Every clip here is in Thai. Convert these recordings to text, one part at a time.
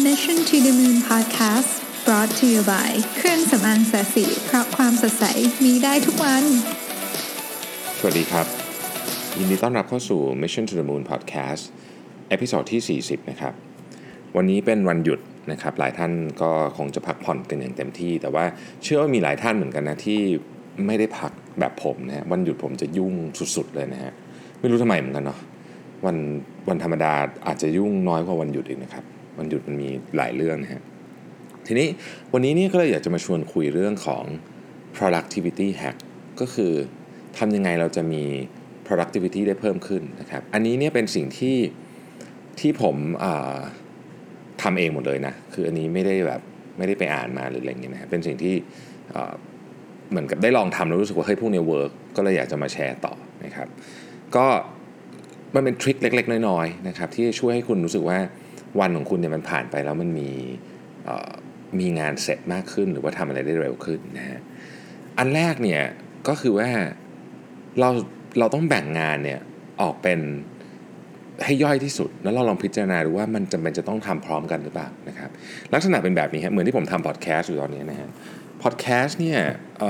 Mission to the Moon Podcast brought to you by เครื่องสำอางแสสีเพราะความสดใสมีได้ทุกวันสวัสดีครับยินดีต้อนรับเข้าสู่ Mission to the Moon Podcast เอพิโซดที่40นะครับวันนี้เป็นวันหยุดนะครับหลายท่านก็คงจะพักผ่อนกันอย่างเต็มที่แต่ว่าเชื่อว่ามีหลายท่านเหมือนกันนะที่ไม่ได้พักแบบผมนะฮะวันหยุดผมจะยุ่งสุดๆเลยนะฮะไม่รู้ทำไมเหมือนกันเนาะวันธรรมดาอาจจะยุ่งน้อยกว่าวันหยุดอีกนะครับวันหยุดมันมีหลายเรื่องนะฮะทีนี้วันนี้เนี่ยก็เลยอยากจะมาชวนคุยเรื่องของ productivity hack ก็คือทำยังไงเราจะมี productivity ได้เพิ่มขึ้นนะครับอันนี้เนี่ยเป็นสิ่งที่ผมทำเองหมดเลยนะคืออันนี้ไม่ได้ไปอ่านมาหรืออะไรเงี้ยนะเป็นสิ่งที่เหมือนกับได้ลองทำแล้วรู้สึกว่าเฮ้ยพวกนี้เวิร์กก็เลยอยากจะมาแชร์ต่อนะครับก็มันเป็นทริคเล็กๆน้อยๆนะครับที่ช่วยให้คุณรู้สึกว่าวันของคุณเนี่ยมันผ่านไปแล้วมันมีงานเสร็จมากขึ้นหรือว่าทำอะไรได้เร็วขึ้นนะฮะอันแรกเนี่ยก็คือว่าเราต้องแบ่งงานเนี่ยออกเป็นให้ย่อยที่สุดแล้วเราลองพิจารณาดูว่ามันจำเป็นจะต้องทำพร้อมกันหรือเปล่านะครับลักษณะเป็นแบบนี้ฮะเหมือนที่ผมทำพอดแคสต์อยู่ตอนนี้นะฮะพอดแคสต์เนี่ย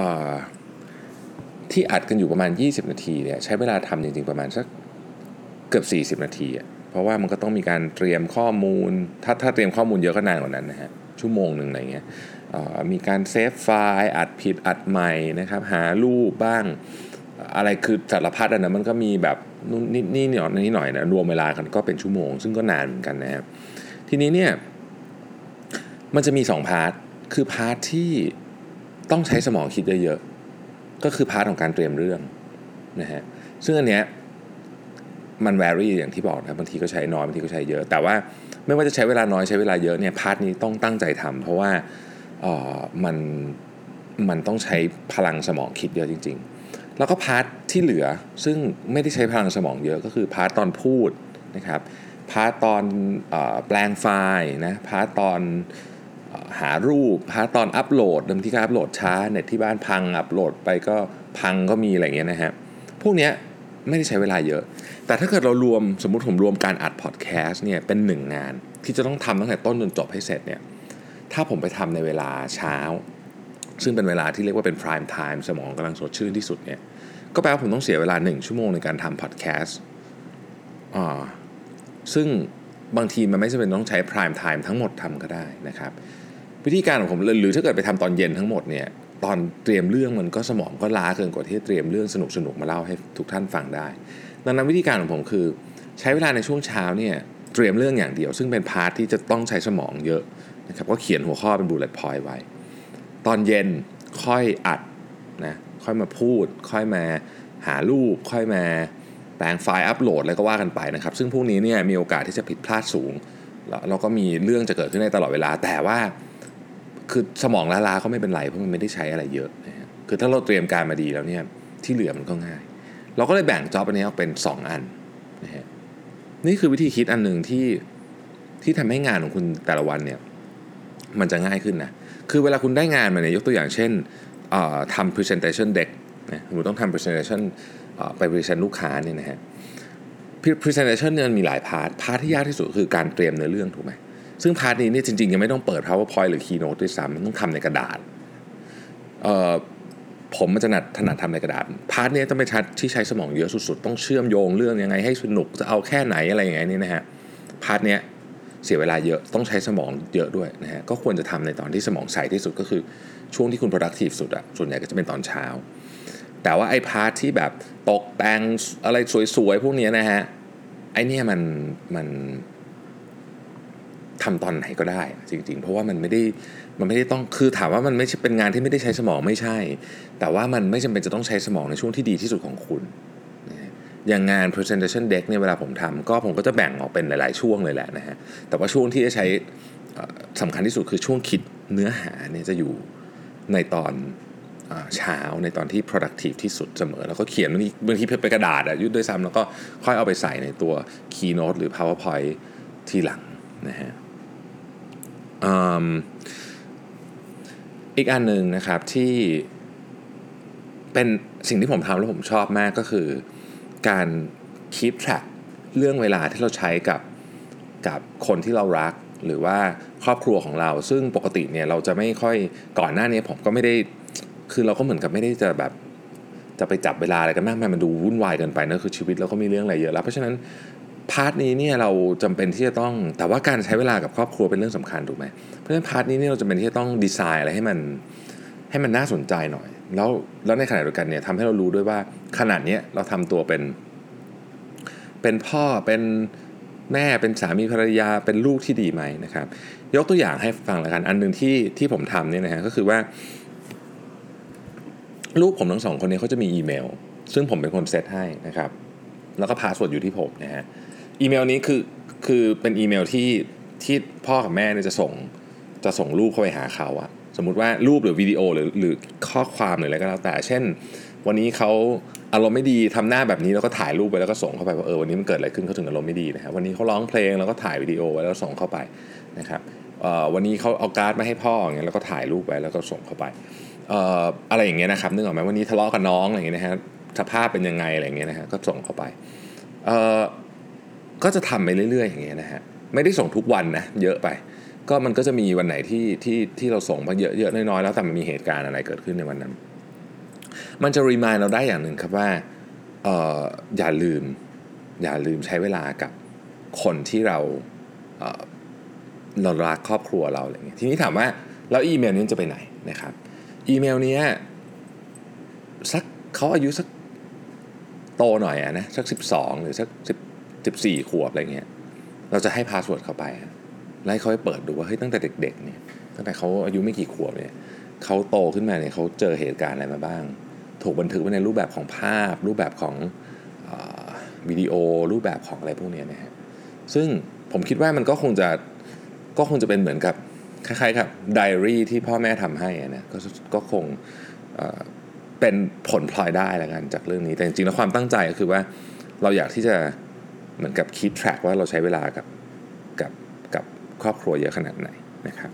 ที่อัดกันอยู่ประมาณ20นาทีเนี่ยใช้เวลาทำจริงๆประมาณสักเกือบ40นาทีอ่ะเพราะว่ามันก็ต้องมีการเตรียมข้อมูลถ้าเตรียมข้อมูลเยอะก็นานกว่านั้นนะฮะชั่วโมงนึงอะไรเงี้ยมีการเซฟไฟล์อัดผิดอัดใหม่นะครับหารูปบ้างอะไรคือสารพัดนะมันก็มีแบบนี่หน่อยนะรวมเวลากันก็เป็นชั่วโมงซึ่งก็นานเหมือนกันนะครับทีนี้เนี่ยมันจะมี2พาร์ทคือพาร์ทที่ต้องใช้สมองคิดเยอะๆก็คือพาร์ทของการเตรียมเรื่องนะฮะซึ่งอันเนี้ยมันแวรี่อย่างที่บอกนะบางทีก็ใช้น้อยบางทีก็ใช้เยอะแต่ว่าไม่ว่าจะใช้เวลาน้อยใช้เวลาเยอะเนี่ยพาร์ทนี้ต้องตั้งใจทำเพราะว่ามันต้องใช้พลังสมองคิดเยอะจริงๆแล้วก็พาร์ทที่เหลือซึ่งไม่ได้ใช้พลังสมองเยอะก็คือพาร์ทตอนพูดนะครับพาร์ทตอนแปลงไฟล์นะพาร์ทตอนหารูปพาร์ทตอนอัปโหลดบางทีก็อัปโหลดช้าเน็ตที่บ้านพังอัปโหลดไปก็พังก็มีอะไรเงี้ยนะฮะพวกเนี้ยไม่ได้ใช้เวลาเยอะแต่ถ้าเกิดเราสมมุติผมรวมการอัดพอดแคสต์เนี่ยเป็น1งานที่จะต้องทำตั้งแต่ต้นจนจบให้เสร็จเนี่ยถ้าผมไปทำในเวลาเช้าซึ่งเป็นเวลาที่เรียกว่าเป็น prime time สมองกำลังสดชื่นที่สุดเนี่ยก็แปลว่าผมต้องเสียเวลา1ชั่วโมงในการทำพอดแคสต์ซึ่งบางทีมันไม่จำเป็นต้องใช้ prime time ทั้งหมดทำก็ได้นะครับวิธีการของผมหรือถ้าเกิดไปทำตอนเย็นทั้งหมดเนี่ยตอนเตรียมเรื่องมันก็สมองก็ล้าเกินกว่าที่จะเตรียมเรื่องสนุกๆมาเล่าให้ทุกท่านฟังได้ดังนั้นวิธีการของผมคือใช้เวลาในช่วงเช้าเนี่ยเตรียมเรื่องอย่างเดียวซึ่งเป็นพาร์ทที่จะต้องใช้สมองเยอะนะครับก็เขียนหัวข้อเป็น bullet point ไว้ตอนเย็นค่อยอัดนะค่อยมาพูดค่อยมาหารูปค่อยมาแปลงไฟล์อัปโหลดอะไรก็ว่ากันไปนะครับซึ่งพวกนี้เนี่ยมีโอกาสที่จะผิดพลาดสูงแล้วก็มีเรื่องจะเกิดขึ้นได้ตลอดเวลาแต่ว่าคือสมองล้าๆก็ไม่เป็นไรเพราะมันไม่ได้ใช้อะไรเยอะนะฮะคือถ้าเราเตรียมการมาดีแล้วเนี่ยที่เหลือมันก็ง่ายเราก็เลยแบ่งจ็อบอันนี้ออกเป็น2อันนะฮะนี่คือวิธีคิดอันนึงที่ทำให้งานของคุณแต่ละวันเนี่ยมันจะง่ายขึ้นนะคือเวลาคุณได้งานมาเนี่ยยกตัวอย่างเช่นทำ presentation deck นะคุณต้องทำ presentation ไป present ลูกค้าเนี่ยนะฮะ presentation เนี่ยมันมีหลายพาร์ทที่ยากที่สุดคือการเตรียมเนื้อเรื่องถูกไหมซึ่งพาร์ทนี้เนี่ยจริงๆยังไม่ต้องเปิด PowerPoint หรือ Keynote ด้วยซ้ำมันต้องทำในกระดาษผมมันจะถนัดทำในกระดาษพาร์ทนี้ต้องเป็นที่ใช้สมองเยอะสุดๆต้องเชื่อมโยงเรื่องยังไงให้สนุกจะเอาแค่ไหนอะไรอย่างเงี้ยนี่นะฮะพาร์ทนี้เสียเวลาเยอะต้องใช้สมองเยอะด้วยนะฮะก็ควรจะทำในตอนที่สมองใสที่สุดก็คือช่วงที่คุณ productive สุดอะส่วนใหญ่ก็จะเป็นตอนเช้าแต่ว่าไอ้พาร์ทที่แบบตกแต่งอะไรสวยๆพวกนี้นะฮะไอ้เนี่ยมันทำตอนไหนก็ได้จริงๆเพราะว่ามันไม่ได้ต้องคือถามว่ามันไม่ใช่เป็นงานที่ไม่ได้ใช้สมองไม่ใช่แต่ว่ามันไม่จำเป็นจะต้องใช้สมองในช่วงที่ดีที่สุดของคุณอย่างงาน presentation deck เนี่ยเวลาผมทำผมก็จะแบ่งออกเป็นหลายๆช่วงเลยแหละนะฮะแต่ว่าช่วงที่จะใช้สำคัญที่สุดคือช่วงคิดเนื้อหาเนี่ยจะอยู่ในตอนเช้าในตอนที่ productive ที่สุดเสมอแล้วก็เขียนบางทีไปกระดาษยืดด้วยซ้ำแล้วก็ค่อยเอาไปใส่ในตัว keynote หรือ powerpoint ทีหลังนะฮะอีกอันหนึ่งนะครับที่เป็นสิ่งที่ผมทำแล้วผมชอบมากก็คือการ keep track เรื่องเวลาที่เราใช้กับคนที่เรารักหรือว่าครอบครัวของเราซึ่งปกติเนี่ยเราจะไม่ค่อยก่อนหน้านี้ผมก็ไม่ได้คือเราก็เหมือนกับไม่ได้จะแบบจะไปจับเวลาอะไรกันมากมายมันดูวุ่นวายเกินไปนะคือชีวิตเราก็มีเรื่องอะไรเยอะแล้วเพราะฉะนั้นพาร์ทนี้เนี่ยเราจำเป็นที่จะต้องแต่ว่าการใช้เวลากับครอบครัวเป็นเรื่องสำคัญถูกไหมเพราะฉะนั้นพาร์ทนี้เนี่ยเราจำเป็นที่จะต้องดีไซน์อะไรให้มันน่าสนใจหน่อยแล้วในขณะเดียวกันเนี่ยทำให้เรารู้ด้วยว่าขนาดนี้เราทำตัวเป็นพ่อเป็นแม่เป็นสามีภรรยาเป็นลูกที่ดีไหมนะครับยกตัวอย่างให้ฟังละกันอันนึงที่ผมทำเนี่ยนะฮะก็คือว่าลูกผมทั้งสองคนนี้เขาจะมีอีเมลซึ่งผมเป็นคนเซตให้นะครับแล้วก็พาสเวิร์ดอยู่ที่ผมนะฮะอีเมลนี้คือเป็นอีเมลที่พ่อกับแม่เนี่ยจะส่งรูปเข้าไปหาเขาอะสมมุติว่ารูปหรือวิดีโอหรือข้อความหรืออะไรก็แล้วแต่เช่นวันนี้เขาอารมณ์ไม่ดีทำหน้าแบบนี้แล้วก็ถ่ายรูปไปแล้วก็ส่งเข้าไปว่าวันนี้มันเกิดอะไรขึ้นเขาถึงอารมณ์ไม่ดีนะฮะวันนี้เขาร้องเพลงแล้วก็ถ่ายวิดีโอไว้แล้วส่งเข้าไปนะครับวันนี้เขาเอาการ์ดมาให้พ่ออย่างเงี้ยแล้วก็ถ่ายรูปไว้แล้วก็ส่งเข้าไปอะไรอย่างเงี้ยนะครับนึกออกไหมวันนี้ทะเลาะกับน้องอะไรอย่างเงี้ยนะฮะสภาพเป็นยังไงอะไรอย่างเงี้ยนะฮะก็ส่งเข้าไปก็จะทำไปเรื่อยๆอย่างเงี้ยนะฮะไม่ได้ส่งทุกวันนะเยอะไปก็มันก็จะมีวันไหนที่เราส่งมาเยอะๆน้อยๆแล้วแต่มันมีเหตุการณ์อะไรเกิดขึ้นในวันนั้นมันจะรีมายเราได้อย่างหนึ่งครับว่าอย่าลืมใช้เวลากับคนที่เรารักครอบครัวเราอะไรเงี้ยทีนี้ถามว่าแล้วอีเมลนี้จะไปไหนนะครับอีเมลนี้สักเขาอายุสักโตหน่อยนะสัก12หรือสัก14ขวบอะไรเงี้ยเราจะให้พาสเวิร์ดเข้าไปแล้วให้เขาไปเปิดดูว่าเฮ้ยตั้งแต่เด็กๆเนี่ยตั้งแต่เขาอายุไม่กี่ขวบเนี่ยเขาโตขึ้นมาเนี่ยเขาเจอเหตุการณ์อะไรมาบ้างถูกบันทึกไว้ในรูปแบบของภาพรูปแบบของวิดีโอรูปแบบของอะไรพวกนี้นะฮะซึ่งผมคิดว่ามันก็คงจะเป็นเหมือนกับคล้ายๆกับไดอารี่ที่พ่อแม่ทำให้นะก็คงเป็นผลพลอยได้ละกันจากเรื่องนี้แต่จริงๆแล้วความตั้งใจก็คือว่าเราอยากที่จะเหมือนกับ keep track ว่าเราใช้เวลากับครอบครัวเยอะขนาดไหนนะครับ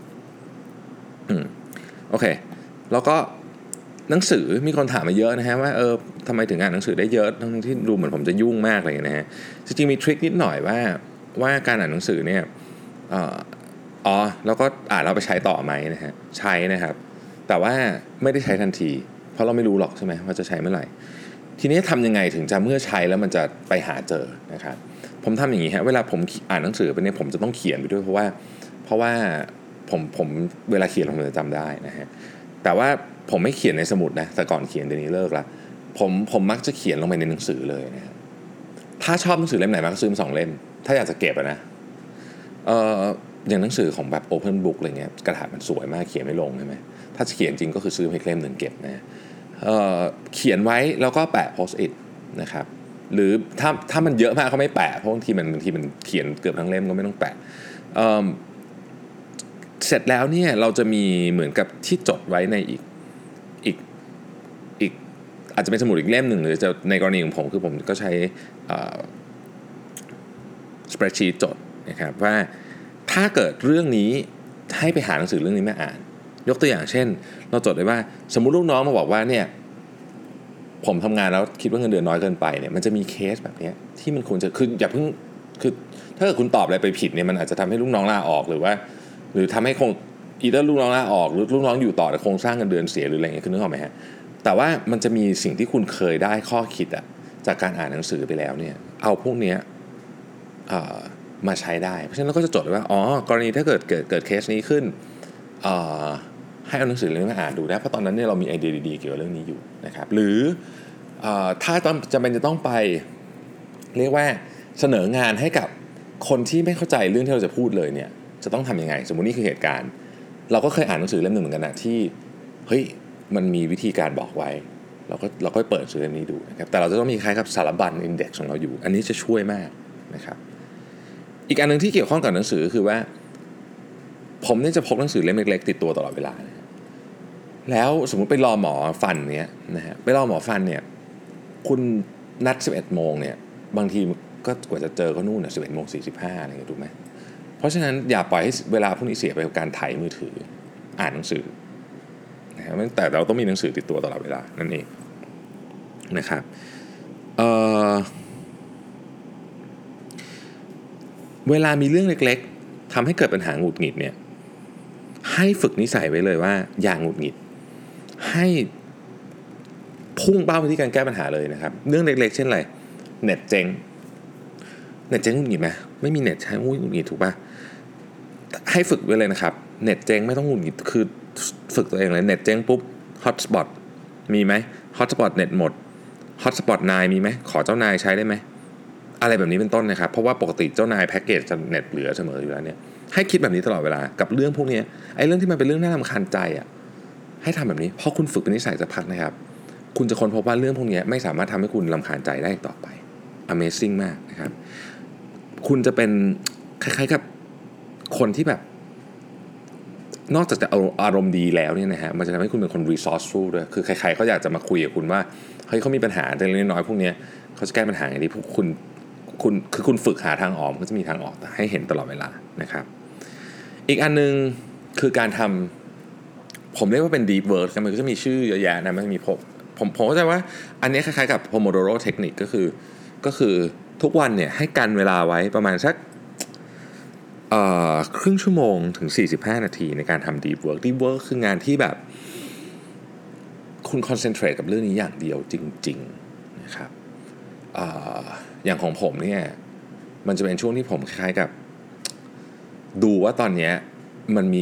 โอเคแล้วก็หนังสือมีคนถามมาเยอะนะฮะว่าทำไมถึงอ่านหนังสือได้เยอะทั้งที่ดูเหมือนผมจะยุ่งมากเลยนะฮะจริงๆมีทริคนิดหน่อยว่าการอ่านหนังสือเนี่ยแล้วก็อ่านแล้วไปใช้ต่อไหมนะฮะใช้นะครับแต่ว่าไม่ได้ใช้ทันทีเพราะเราไม่รู้หรอกใช่ไหมว่าจะใช้เมื่อไหร่ทีนี้ทำยังไงถึงจะเมื่อใช้แล้วมันจะไปหาเจอนะครับผมทำอย่างนี้ฮะเวลาผมอ่านหนังสือไปเนี่ยผมจะต้องเขียนไปด้วยเพราะว่าผมเวลาเขียนผมจะจำได้นะฮะแต่ว่าผมไม่เขียนในสมุดนะแต่ก่อนเขียนเดี๋ยวนี้เลิกละผมมักจะเขียนลงไปในหนังสือเลยนะฮะถ้าชอบหนังสือเล่มไหนมักซื้อมา2เล่มถ้าอยากจะเก็บนะอย่างหนังสือของแบบ Open Book อะไรเงี้ยกระดาษมันสวยมากเขียนไม่ลงใช่ไหมถ้าจะเขียนจริงก็คือซื้อมาอีกเล่มหนึ่งเก็บนะเขียนไว้แล้วก็แปะ Post-it นะครับหรือถ้ามันเยอะมากเขาไม่แปะเพราะบางทีมันเขียนเกือบทั้งเล่มก็ไม่ต้องแปะเสร็จแล้วเนี่ยเราจะมีเหมือนกับที่จดไว้ในอีกอาจจะเป็นสมุดอีกเล่มหนึ่งหรือจะในกรณีของผมคือผมก็ใช้spreadsheet จดนะครับว่าถ้าเกิดเรื่องนี้ให้ไปหาหนังสือเรื่องนี้มาอ่านยกตัวอย่างเช่นเราจดไว้ว่าสมมุติลูกน้องมาบอกว่าเนี่ยผมทำงานแล้วคิดว่าเงินเดือนน้อยเกินไปเนี่ยมันจะมีเคสแบบนี้ที่มันควรจะคืออย่าเพิ่งคือถ้าเกิดคุณตอบอะไรไปผิดเนี่ยมันอาจจะทำให้ลูกน้องลาออกหรือทำให้ลูกน้องลาออกหรือลูกน้องอยู่ต่อแต่โครงสร้างเงินเดือนเสียหรืออะไรเงี้ยคือนึกออกไหมฮะแต่ว่ามันจะมีสิ่งที่คุณเคยได้ข้อคิดจากการอ่านหนังสือไปแล้วเนี่ยเอาพวกเนี้ยมาใช้ได้เพราะฉะนั้นเราก็จะจดไว้ว่ากรณีถ้าเกิดเคสนี้ขึ้นให้เอาหนังสือเล่มนี้มาอ่านดูนะเพราะตอนนั้นเนี่ยเรามีไอเดียดีๆเกี่ยวกับเรื่องนี้อยู่นะครับหรือถ้าจำเป็นจะต้องไปเรียกว่าเสนองานให้กับคนที่ไม่เข้าใจเรื่องที่เราจะพูดเลยเนี่ยจะต้องทำยังไงสมมุตินี่คือเหตุการณ์เราก็เคยอ่านหนังสือเล่มหนึ่งเหมือนกันนะที่เฮ้ยมันมีวิธีการบอกไว้เราก็เปิดหนังสือเล่มนี้ดูนะครับแต่เราจะต้องมีคล้ายกับสารบัญอินเด็กซ์ของเราอยู่อันนี้จะช่วยมากนะครับอีกอันนึงที่เกี่ยวข้องกับหนังสือคือว่าผมเนี่ยจะพกหนังสือเล่มเล็กๆติดตัวตลอดเวลาแล้วสมมุติไปรอหมอฟันเนี่ยนะฮะไปรอหมอฟันเนี่ยคุณนัด 11:00 นเนี่ยบางทีก็กว่าจะเจอก็นู่นน่ะ 11:45 อะไรอย่างเงี้ยถูกไหมเพราะฉะนั้นอย่าปล่อยให้เวลาพวกนี้เสียไปกับการไถมือถืออ่านหนังสือนะครับแต่เราต้องมีหนังสือติดตัวตลอดเวลานั่นเองนะครับเวลามีเรื่องเล็กทำให้เกิดปัญหาหงุดหงิดเนี่ยให้ฝึกนิสัยไว้เลยว่าอย่างหงุดหงิดให้พุ่งเป้าไปที่การแก้ปัญหาเลยนะครับเรื่องเล็กๆเช่นอะไรเน็ตเจ๊งหงุดหงิดไหมไม่มีเน็ตใช้หงุดหงิดถูกป่ะให้ฝึกไว้เลยนะครับเน็ตเจ๊งไม่ต้องหงุดหงิดคือฝึกตัวเองเลยเน็ตเจ๊งปุ๊บฮอตสปอตมีไหมฮอตสปอตเน็ตหมดฮอตสปอตนายมีไหมขอเจ้านายใช้ได้ไหมอะไรแบบนี้เป็นต้นนะครับเพราะว่าปกติเจ้านายแพ็กเกจจะเน็ตเหลือเสมออยู่แล้วเนี่ยให้คิดแบบนี้ตลอดเวลากับเรื่องพวกนี้ไอ้เรื่องที่มันเป็นเรื่องน่ารำคาญใจอ่ะให้ทำแบบนี้พอคุณฝึกเป็นนิสัยสักพักนะครับคุณจะค้นพบว่าเรื่องพวกนี้ไม่สามารถทำให้คุณรำคาญใจได้ต่อไป Amazing มากนะครับคุณจะเป็นคล้ายๆกับคนที่แบบนอกจากจะอารมณ์ดีแล้วเนี่ยนะฮะมันจะทำให้คุณเป็นคน resourceful ด้วยคือใครๆเขาอยากจะมาคุยกับคุณว่าเฮ้ยเขามีปัญหาแต่เล็กน้อยพวกนี้เขาจะแก้ปัญหาอย่างไรคุณฝึกหาทางออกก็จะมีทางออกให้เห็นตลอดเวลานะครับอีกอันนึงคือการทำผมเรียกว่าเป็น deep work มันก็จะมีชื่อเยอะแยะนะมันมีผมเข้าใจว่าอันนี้คล้ายๆกับ Pomodoro Technique ก็คือทุกวันเนี่ยให้กันเวลาไว้ประมาณสักครึ่งชั่วโมงถึง45นาทีในการทำ deep work คืองานที่แบบคุณ concentrate กับเรื่องนี้อย่างเดียวจริงๆนะครับอย่างของผมเนี่ยมันจะเป็นช่วงที่ผมคล้ายๆกับดูว่าตอนนี้มันมี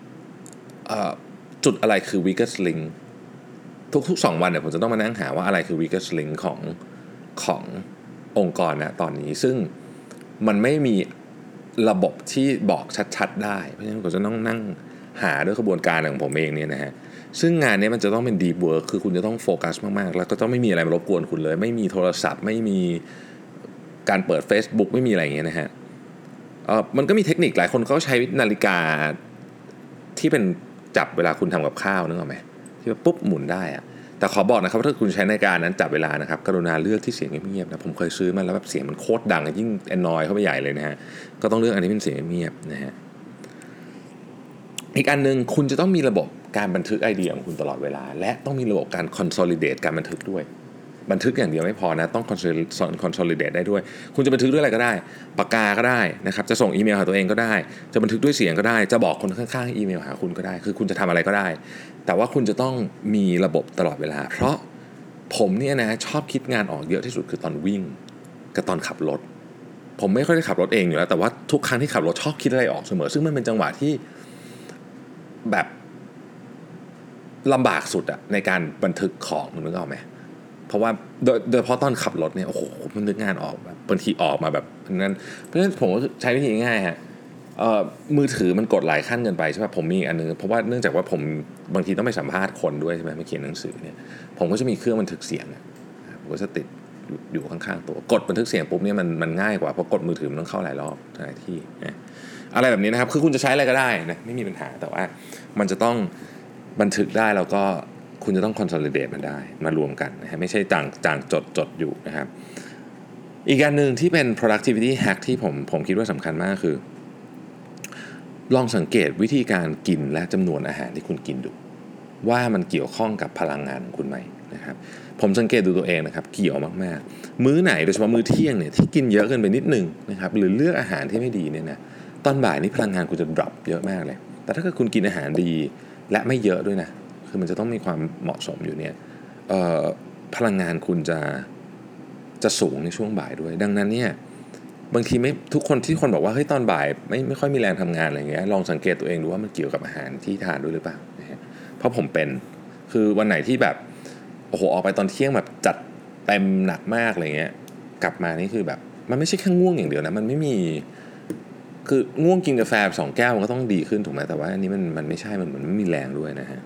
จุดอะไรคือ weakest link ทุก2วันเนี่ยผมจะต้องมานั่งหาว่าอะไรคือ weakest link ขององค์กรนะตอนนี้ซึ่งมันไม่มีระบบที่บอกชัดๆได้เพราะฉะนั้นผมจะต้องนั่งหาด้วยกระบวนการของผมเองเนี่ยนะฮะซึ่งงานนี้มันจะต้องเป็น deep work คือคุณจะต้องโฟกัสมากๆแล้วก็ต้องไม่มีอะไรมารบกวนคุณเลยไม่มีโทรศัพท์ไม่มีการเปิด Facebook ไม่มีอะไรอย่างเงี้ยนะฮะมันก็มีเทคนิคหลายคนเขาใช้นาฬิกาที่เป็นจับเวลาคุณทำกับข้าวนึกออกไหมที่ปุ๊บหมุนได้อะแต่ขอบอกนะครับว่าถ้าคุณใช้นาฬิกานั้นจับเวลานะครับกรุณาเลือกที่เสียงเงียบๆนะผมเคยซื้อมาแล้วแบบเสียงมันโคตรดังยิ่งแอนนอยเข้าไปใหญ่เลยนะฮะก็ต้องเลือกอันที่เป็นเสียงเงียบนะฮะอีกอันนึงคุณจะต้องมีระบบการบันทึกไอเดียของคุณตลอดเวลาและต้องมีระบบการ consolidate การบันทึกด้วยบันทึกอย่างเดียวไม่พอนะต้อง consolidate ได้ด้วยคุณจะบันทึกด้วยอะไรก็ได้ปากกาก็ได้นะครับจะส่งอีเมลหาตัวเองก็ได้จะบันทึกด้วยเสียงก็ได้จะบอกคนข้างๆอีเมลหาคุณก็ได้คือคุณจะทำอะไรก็ได้แต่ว่าคุณจะต้องมีระบบตลอดเวลาเพราะผมเนี่ยนะชอบคิดงานออกเยอะที่สุดคือตอนวิ่งกับตอนขับรถผมไม่ค่อยได้ขับรถเองอยู่แล้วแต่ว่าทุกครั้งที่ขับรถชอบคิดอะไรออกเสมอซึ่งมันเป็นจังหวะที่แบบลำบากสุดอะในการบันทึกของนึกออกไหมเพราะว่าโดยเฉพาะตอนขับรถเนี่ยโอ้โหมันนึกงานออกแบบบางทีออกมาแบบนั้นเพราะฉะนั้นผมก็ใช้วิธีง่ายฮะมือถือมันกดหลายขั้นเกินไปใช่ป่ะผมมีอันนึงเพราะว่าเนื่องจากว่าผมบางทีต้องไปสัมภาษณ์คนด้วยใช่ไหมมาเขียนหนังสือเนี่ยผมก็จะมีเครื่องบันทึกเสียงผมก็จะติดอยู่ข้างๆตัวกดบันทึกเสียงปุ๊บเนี่ยมันง่ายกว่าเพราะกดมือถือมันต้องเข้าหลายรอบหลายที่อะไรแบบนี้นะครับคือคุณจะใช้อะไรก็ได้นะไม่มีปัญหาแต่ว่ามันจะต้องบันทึกได้แล้วก็คุณจะต้อง consolidate มันได้มารวมกันนะฮะไม่ใช่จางจดอยู่นะครับอีกอันนึงที่เป็น productivity hack ที่ผมคิดว่าสำคัญมากคือลองสังเกตวิธีการกินและจำนวนอาหารที่คุณกินดูว่ามันเกี่ยวข้องกับพลังงานของคุณไหมนะครับผมสังเกตดูตัวเองนะครับเกี่ยวมากๆมื้อไหนโดยเฉพาะมื้อเที่ยงเนี่ยที่กินเยอะเกินไปนิดนึงนะครับหรือเลือกอาหารที่ไม่ดีเนี่ยนะตอนบ่ายนี่พลังงานคุณจะ drop เยอะมากเลยแต่ถ้าเกิดคุณกินอาหารดีและไม่เยอะด้วยนะคือมันจะต้องมีความเหมาะสมอยู่เนี่ยพลังงานคุณจะสูงในช่วงบ่ายด้วยดังนั้นเนี่ยบางทีไม่ทุกคนที่คนบอกว่าเฮ้ยตอนบ่ายไม่ค่อยมีแรงทำงานอะไรเงี้ยลองสังเกตตัวเองดูว่ามันเกี่ยวกับอาหารที่ทานด้วยหรือเปล่านะฮะเพราะผมเป็นคือวันไหนที่แบบโอ้โหออกไปตอนเที่ยงแบบจัดเต็มหนักมากอะไรเงี้ยกลับมานี่คือแบบมันไม่ใช่แค่ง่วงอย่างเดียวนะมันไม่มีคือง่วงกินกาแฟ2 แก้วมันก็ต้องดีขึ้นถูกไหมแต่ว่าอันนี้มันไม่ใช่มันเหมือนไม่มีแรงด้วยนะฮะ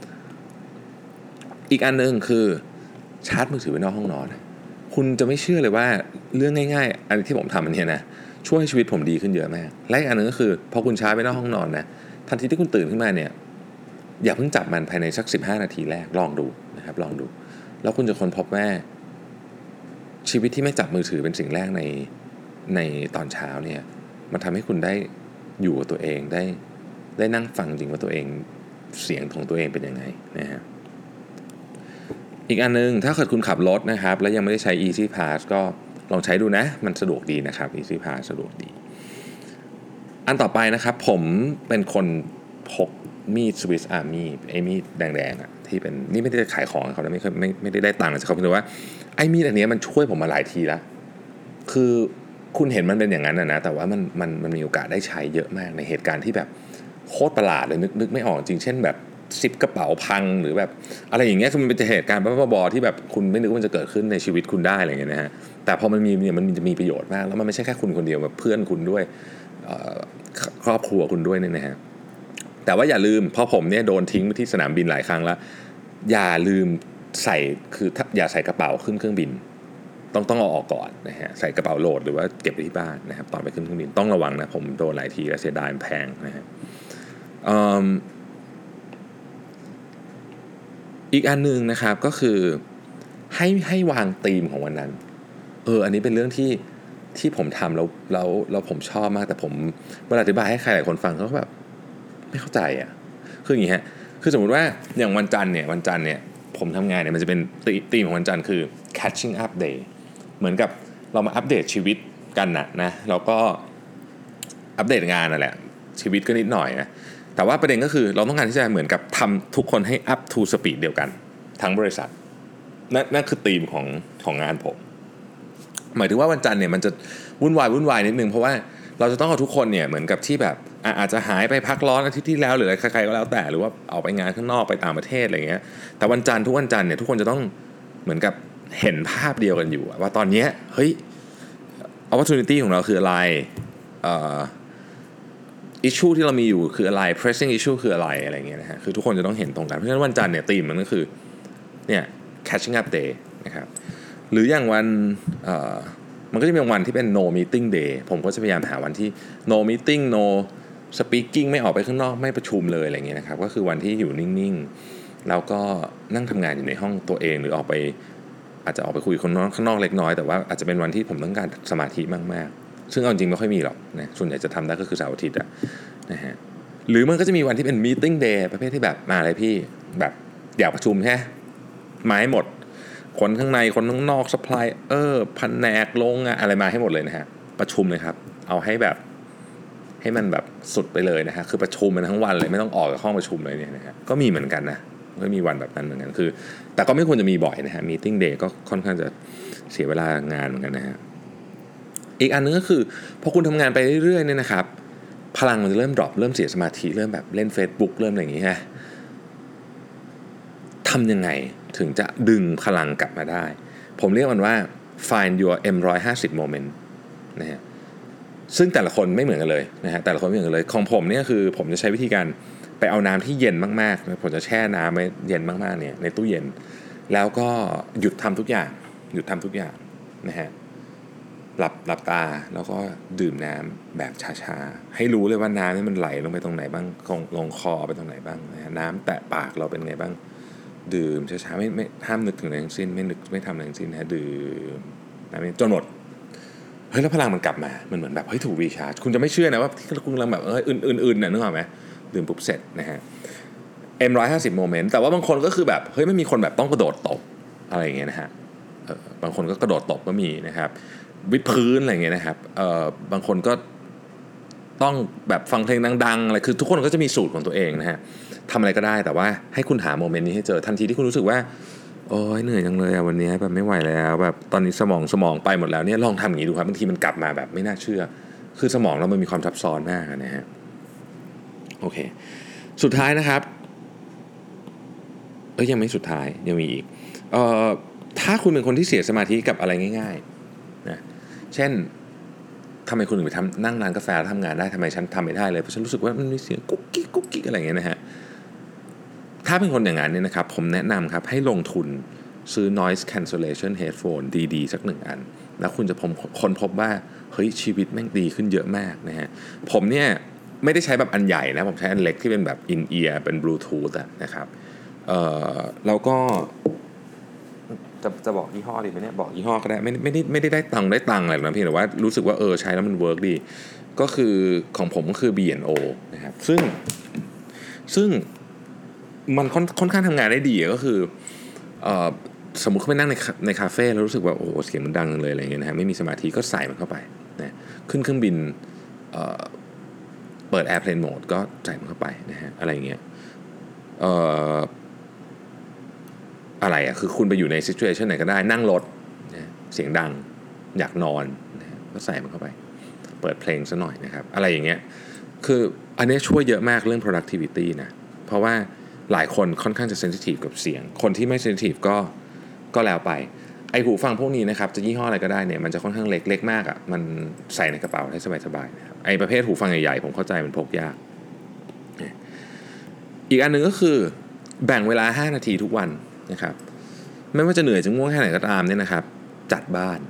อีกอันนึงคือชาร์จมือถือไว้นอกห้องนอนคุณจะไม่เชื่อเลยว่าเรื่องง่ายๆอันที่ผมทำอันนี้นะช่วยให้ชีวิตผมดีขึ้นเยอะมากและอีกอันนึงก็คือพอคุณชาร์จไว้นอกห้องนอนนะทันทีที่คุณตื่นขึ้นมาเนี่ยอย่าเพิ่งจับมันภายในสัก15นาทีแรกลองดูนะครับลองดูแล้วคุณจะค้นพบว่าชีวิตที่ไม่จับมือถือเป็นสิ่งแรกในตอนเช้าเนี่ยมันทำให้คุณได้อยู่กับตัวเองได้นั่งฟังจริงว่าตัวเองเสียงของตัวเองเป็นยังไงนะฮะอีกอันนึงถ้าเกิดคุณขับรถนะครับแล้วยังไม่ได้ใช้ Easy Pass ก็ลองใช้ดูนะมันสะดวกดีนะครับ Easy Pass สะดวกดีอันต่อไปนะครับผมเป็นคนพกมีด Swiss Army ไอ้มีดแดงๆอ่ะที่เป็นนี่ไม่ได้ขายของเขานะไม่ได้ตังค์จากเขาเพียงแต่ว่าไอ้มีดอันนี้มันช่วยผมมาหลายทีแล้วคือคุณเห็นมันเป็นอย่างนั้นนะแต่ว่ามันมีโอกาสได้ใช้เยอะมากในเหตุการณ์ที่แบบโคตรประหลาดเลยนึกไม่ออกจริงเช่นแบบซิปกระเป๋าพังหรือแบบอะไรอย่างเงี้ยคือมันเป็นเหตุการณ์บ้าๆบอๆที่แบบคุณไม่นึกว่ามันจะเกิดขึ้นในชีวิตคุณได้อะไรอย่างเงี้ยนะฮะแต่พอมันมีเนี่ยมันจะมีประโยชน์มากแล้วมันไม่ใช่แค่คุณคนเดียวแบบเพื่อนคุณด้วยครอบครัวคุณด้วยเนี่ยนะฮะแต่ว่าอย่าลืมเพราะผมเนี่ยโดนทิ้งที่สนามบินหลายครั้งแล้วอย่าลืมใส่คืออย่าใส่กระเป๋าขึ้นเครื่องบินต้องเอาออกก่อนนะฮะใส่กระเป๋าโหลดหรือว่าเก็บไว้ที่บ้านนะครับตอนไปขึ้นเครื่องบินต้องระวังนะผมโดนหลายทีแล้วเสียดายแพงนะฮะอีกอันนึงนะครับก็คือให้วางธีมของวันนั้นอันนี้เป็นเรื่องที่ผมทำแล้วผมชอบมากแต่ผมเวลาอธิบายให้ใครหลายคนฟังเขาก็แบบไม่เข้าใจอ่ะคืออย่างนี้ฮะคือสมมุติว่าอย่างวันจันทร์เนี่ยผมทำงานเนี่ยมันจะเป็นธีมของวันจันทร์คือ catching up day เหมือนกับเรามาอัปเดตชีวิตกันนะแล้วก็อัปเดตงานนั่นแหละชีวิตก็นิดหน่อยนะแต่ว่าประเด็นก็คือเราต้องการที่จะเหมือนกับทำทุกคนให้ up to speed เดียวกันทั้งบริษัทนั่นคือธีมของงานผมหมายถึงว่าวันจันทร์เนี่ยมันจะวุ่นวายนิดนึงเพราะว่าเราจะต้องเอาทุกคนเนี่ยเหมือนกับที่แบบอาจจะหายไปพักร้อนอาทิตย์ที่แล้วหรืออะไรใครๆก็แล้วแต่หรือว่าเอาไปงานข้างนอกไปต่างประเทศอะไรเงี้ยแต่วันจันทร์ทุกวันจันทร์เนี่ยทุกคนจะต้องเหมือนกับเห็นภาพเดียวกันอยู่ว่าตอนนี้เฮ้ย opportunity ของเราคืออะไรissue ที่เรามีอยู่คืออะไร pressing issue คืออะไรเงี้ยนะฮะคือทุกคนจะต้องเห็นตรงกันเพราะฉะนั้นวันจันทร์เนี่ยธีมมันก็คือเนี่ย catching up day นะครับหรืออย่างวันมันก็จะมีวันที่เป็น no meeting day ผมก็จะพยายามหาวันที่ no meeting no speaking ไม่ออกไปข้างนอกไม่ประชุมเลยอะไรเงี้ยนะครับก็คือวันที่อยู่นิ่งๆแล้วก็นั่งทำงานอยู่ในห้องตัวเองหรือออกไปอาจจะออกไปคุยคนข้างนอกเล็กน้อยแต่ว่าอาจจะเป็นวันที่ผมต้องการสมาธิมากๆซึ่งเอาจริงไม่ค่อยมีหรอกนะส่วนใหญ่จะทำได้ก็คือเสาร์อาทิตย์นะฮะหรือมันก็จะมีวันที่เป็น meeting day ประเภทที่แบบมาเลยพี่แบบอยากประชุมแค่มาให้หมดคนข้างในคนข้างนอกซัพพลายแผนกลงอะไรมาให้หมดเลยนะฮะประชุมเลยครับเอาให้แบบให้มันแบบสุดไปเลยนะฮะคือประชุมมันทั้งวันเลยไม่ต้องออกจากห้องประชุมเลยเนี่ยนะฮะก็มีเหมือนกันนะก็มีวันแบบนั้นเหมือนกันคือแต่ก็ไม่ควรจะมีบ่อยนะฮะ meeting day ก็ค่อนข้างจะเสียเวลางานเหมือนกันนะฮะอีกอันนึงก็คือพอคุณทำงานไปเรื่อยๆเนี่ยนะครับพลังมันจะเริ่มดรอปเริ่มเสียสมาธิเริ่มแบบเล่น Facebook เริ่มอะไรอย่างงี้ฮะทำยังไงถึงจะดึงพลังกลับมาได้ผมเรียกมันว่า find your M150 moment นะฮะซึ่งแต่ละคนไม่เหมือนกันเลยนะฮะแต่ละคนไม่เหมือนกันเลยของผมเนี่ยคือผมจะใช้วิธีการไปเอาน้ำที่เย็นมากๆผมจะแช่น้ำไว้เย็นมากๆเนี่ยในตู้เย็นแล้วก็หยุดทำทุกอย่างนะฮะหลับตาแล้วก็ดื่มน้ำแบบช้าๆให้รู้เลยว่าน้ำนี่มันไหลลงไปตรงไหนบ้างลงคอไปตรงไหนบ้างนะฮะน้ำแตะปากเราเป็นไงบ้างดื่มช้าๆไม่ห้ามนึกถึงอะไรทั้งสิ้นไม่ทำอะไรทั้งสิ้นนะดื่มน้ำจนหมดเฮ้ยแล้วพลังมันกลับมามันเหมือนแบบเฮ้ยถูกรีชาร์จคุณจะไม่เชื่อนะว่าที่คุณกำลังแบบอื่นน่ะนึกออกไหมดื่มปุ๊บเสร็จนะฮะ M150 moment แต่ว่าบางคนก็คือแบบเฮ้ยไม่มีคนแบบต้องกระโดดตบอะไรอย่างเงี้ยนะฮะบางคนก็กระโดดตบก็มีนะครับวิดพื้นอะไรอย่างเงี้ยนะครับบางคนก็ต้องแบบฟังเพลงดังๆอะไรคือทุกคนก็จะมีสูตรของตัวเองนะฮะทำอะไรก็ได้แต่ว่าให้คุณหาโมเมนต์นี้ให้เจอทันทีที่คุณรู้สึกว่าโอ้ยเหนื่อยจังเลยอะวันนี้แบบไม่ไหวแล้วแบบตอนนี้สมองไปหมดแล้วเนี่ยลองทำอย่างนี้ดูครับบางทีมันกลับมาแบบไม่น่าเชื่อคือสมองเรามันมีความซับซ้อนมากนะฮะโอเคสุดท้ายนะครับยังไม่สุดท้ายยังมีอีกถ้าคุณเป็นคนที่เสียสมาธิกับอะไรง่ายๆนะเช่นทำไมคุณถึงไปนั่งร้านกาแฟแล้วทำงานได้ทำไมฉันทำไม่ได้เลยเพราะฉันรู้สึกว่ามันมีเสียงกุ๊กกิ๊กอะไรอย่างเงี้ยนะฮะถ้าเป็นคนอย่างนั้นเนี่ยนะครับผมแนะนำครับให้ลงทุนซื้อ noise cancellation headphone ดีๆสัก1 อันแล้วคุณจะค้นพบว่าเฮ้ยชีวิตแม่งดีขึ้นเยอะมากนะฮะผมเนี่ยไม่ได้ใช้แบบอันใหญ่นะผมใช้อันเล็กที่เป็นแบบ in ear เป็น bluetooth นะครับแล้วก็จะบอกยี่ห้อดีไหมเนี่ยบอกยี่ห้อก็ได้ไม่ได้ตังค์อะไรนะพี่แต่ว่ารู้สึกว่าใช้แล้วมันเวิร์กดีก็คือของผมก็คือ B&O นะครับซึ่งมันค่อนข้างทำงานได้ดีก็คือสมมุติเขาไปนั่งในคาเฟ่แล้วรู้สึกว่าโอ้เสียงมันดังเลยอะไรเงี้ยนะฮะไม่มีสมาธิก็ใส่มันเข้าไปนะขึ้นเครื่องบินเปิด Airplane Mode ก็ใส่มันเข้าไปนะฮะอะไรเงี้ยอะไรอ่ะคือคุณไปอยู่ใน situation ไหนก็ได้นั่งรถนะเสียงดังอยากนอนนะก็ใส่มันเข้าไปเปิดเพลงซะหน่อยนะครับอะไรอย่างเงี้ยคืออันนี้ช่วยเยอะมากเรื่อง productivity นะเพราะว่าหลายคนค่อนข้างจะ sensitive กับเสียงคนที่ไม่ sensitive ก็แล้วไปไอหูฟังพวกนี้นะครับจะยี่ห้ออะไรก็ได้เนี่ยมันจะค่อนข้างเล็กมากอ่ะมันใส่ในกระเป๋าได้สบายๆนะครับไอประเภทหูฟังใหญ่ๆผมเข้าใจมันพกยากอีกอันนึงก็คือแบ่งเวลา5นาทีทุกวันนะครับไม่ว่าจะเหนื่อยจะง่วงแค่ไหนก็ตามเนี่ยนะครับจัดบ้าน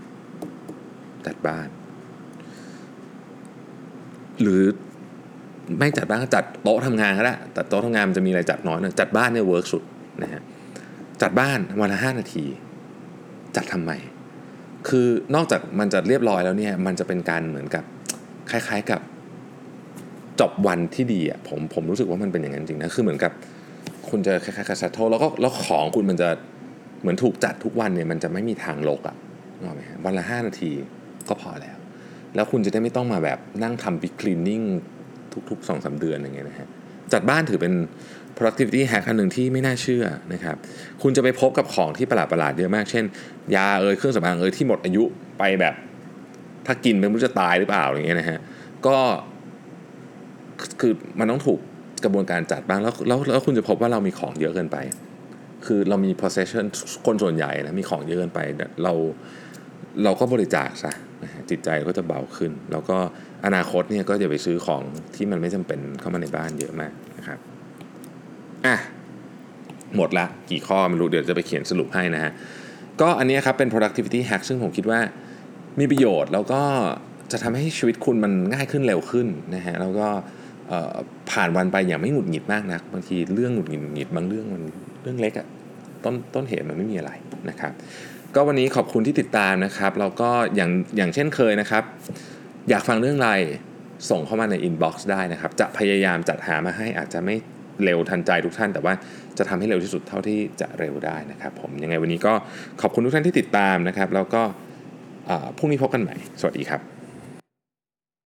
หรือไม่จัดบ้านก็จัดโต๊ะทำงานก็ได้แต่โต๊ะทำงานมันจะมีอะไรจัดน้อยหน่อยจัดบ้านเนี่ยเวิร์กสุดนะฮะจัดบ้านวันละ5นาทีจัดทำไมคือนอกจากมันจะเรียบร้อยแล้วเนี่ยมันจะเป็นการเหมือนกับคล้ายๆกับจบวันที่ดีอ่ะผมรู้สึกว่ามันเป็นอย่างนั้นจริงนะคือเหมือนกับคุณจะคล้ายๆกับซัตโตแล้วของคุณมันจะเหมือนถูกจัดทุกวันเนี่ยมันจะไม่มีทางรกอ่ะรู้ไหมฮะวันละ5นาทีก็พอแล้วคุณจะได้ไม่ต้องมาแบบนั่งทำบิ๊กคลีนนิ่งทุก 2-3 เดือนอย่างเงี้ยนะฮะจัดบ้านถือเป็น productivity hack อันหนึ่งที่ไม่น่าเชื่อนะครับคุณจะไปพบกับของที่ประหลาดเยอะมากเช่นยาเครื่องสำอางที่หมดอายุไปแบบถ้ากินไม่รู้จะตายหรือเปล่าอย่างเงี้ยนะฮะก็คือมันต้องถูกกระบวนการจัดบ้างแล้วคุณจะพบว่าเรามีของเยอะเกินไปคือเรามี possession คนส่วนใหญ่นะมีของเยอะเกินไปเราก็บริจาคซะจิตใจก็จะเบาขึ้นแล้วก็อนาคตเนี่ยก็จะไปซื้อของที่มันไม่จำเป็นเข้ามาในบ้านเยอะมากนะครับหมดละกี่ข้อไม่รู้เดี๋ยวจะไปเขียนสรุปให้นะฮะก็อันนี้ครับเป็น productivity hack ซึ่งผมคิดว่ามีประโยชน์แล้วก็จะทำให้ชีวิตคุณมันง่ายขึ้นเร็วขึ้นนะฮะแล้วก็ผ่านวันไปอย่างไม่หงุดหงิดมากนักบางทีเรื่องหงุดหงิดบางเรื่องมันเรื่องเล็กอะต้นเหตุมันไม่มีอะไรนะครับก็วันนี้ขอบคุณที่ติดตามนะครับแล้วก็อย่างเช่นเคยนะครับอยากฟังเรื่องอะไรส่งเข้ามาใน inbox ได้นะครับจะพยายามจัดหามาให้อาจจะไม่เร็วทันใจทุกท่านแต่ว่าจะทำให้เร็วที่สุดเท่าที่จะเร็วได้นะครับผมยังไงวันนี้ก็ขอบคุณทุกท่านที่ติดตามนะครับแล้วก็พรุ่งนี้พบกันใหม่สวัสดีครับ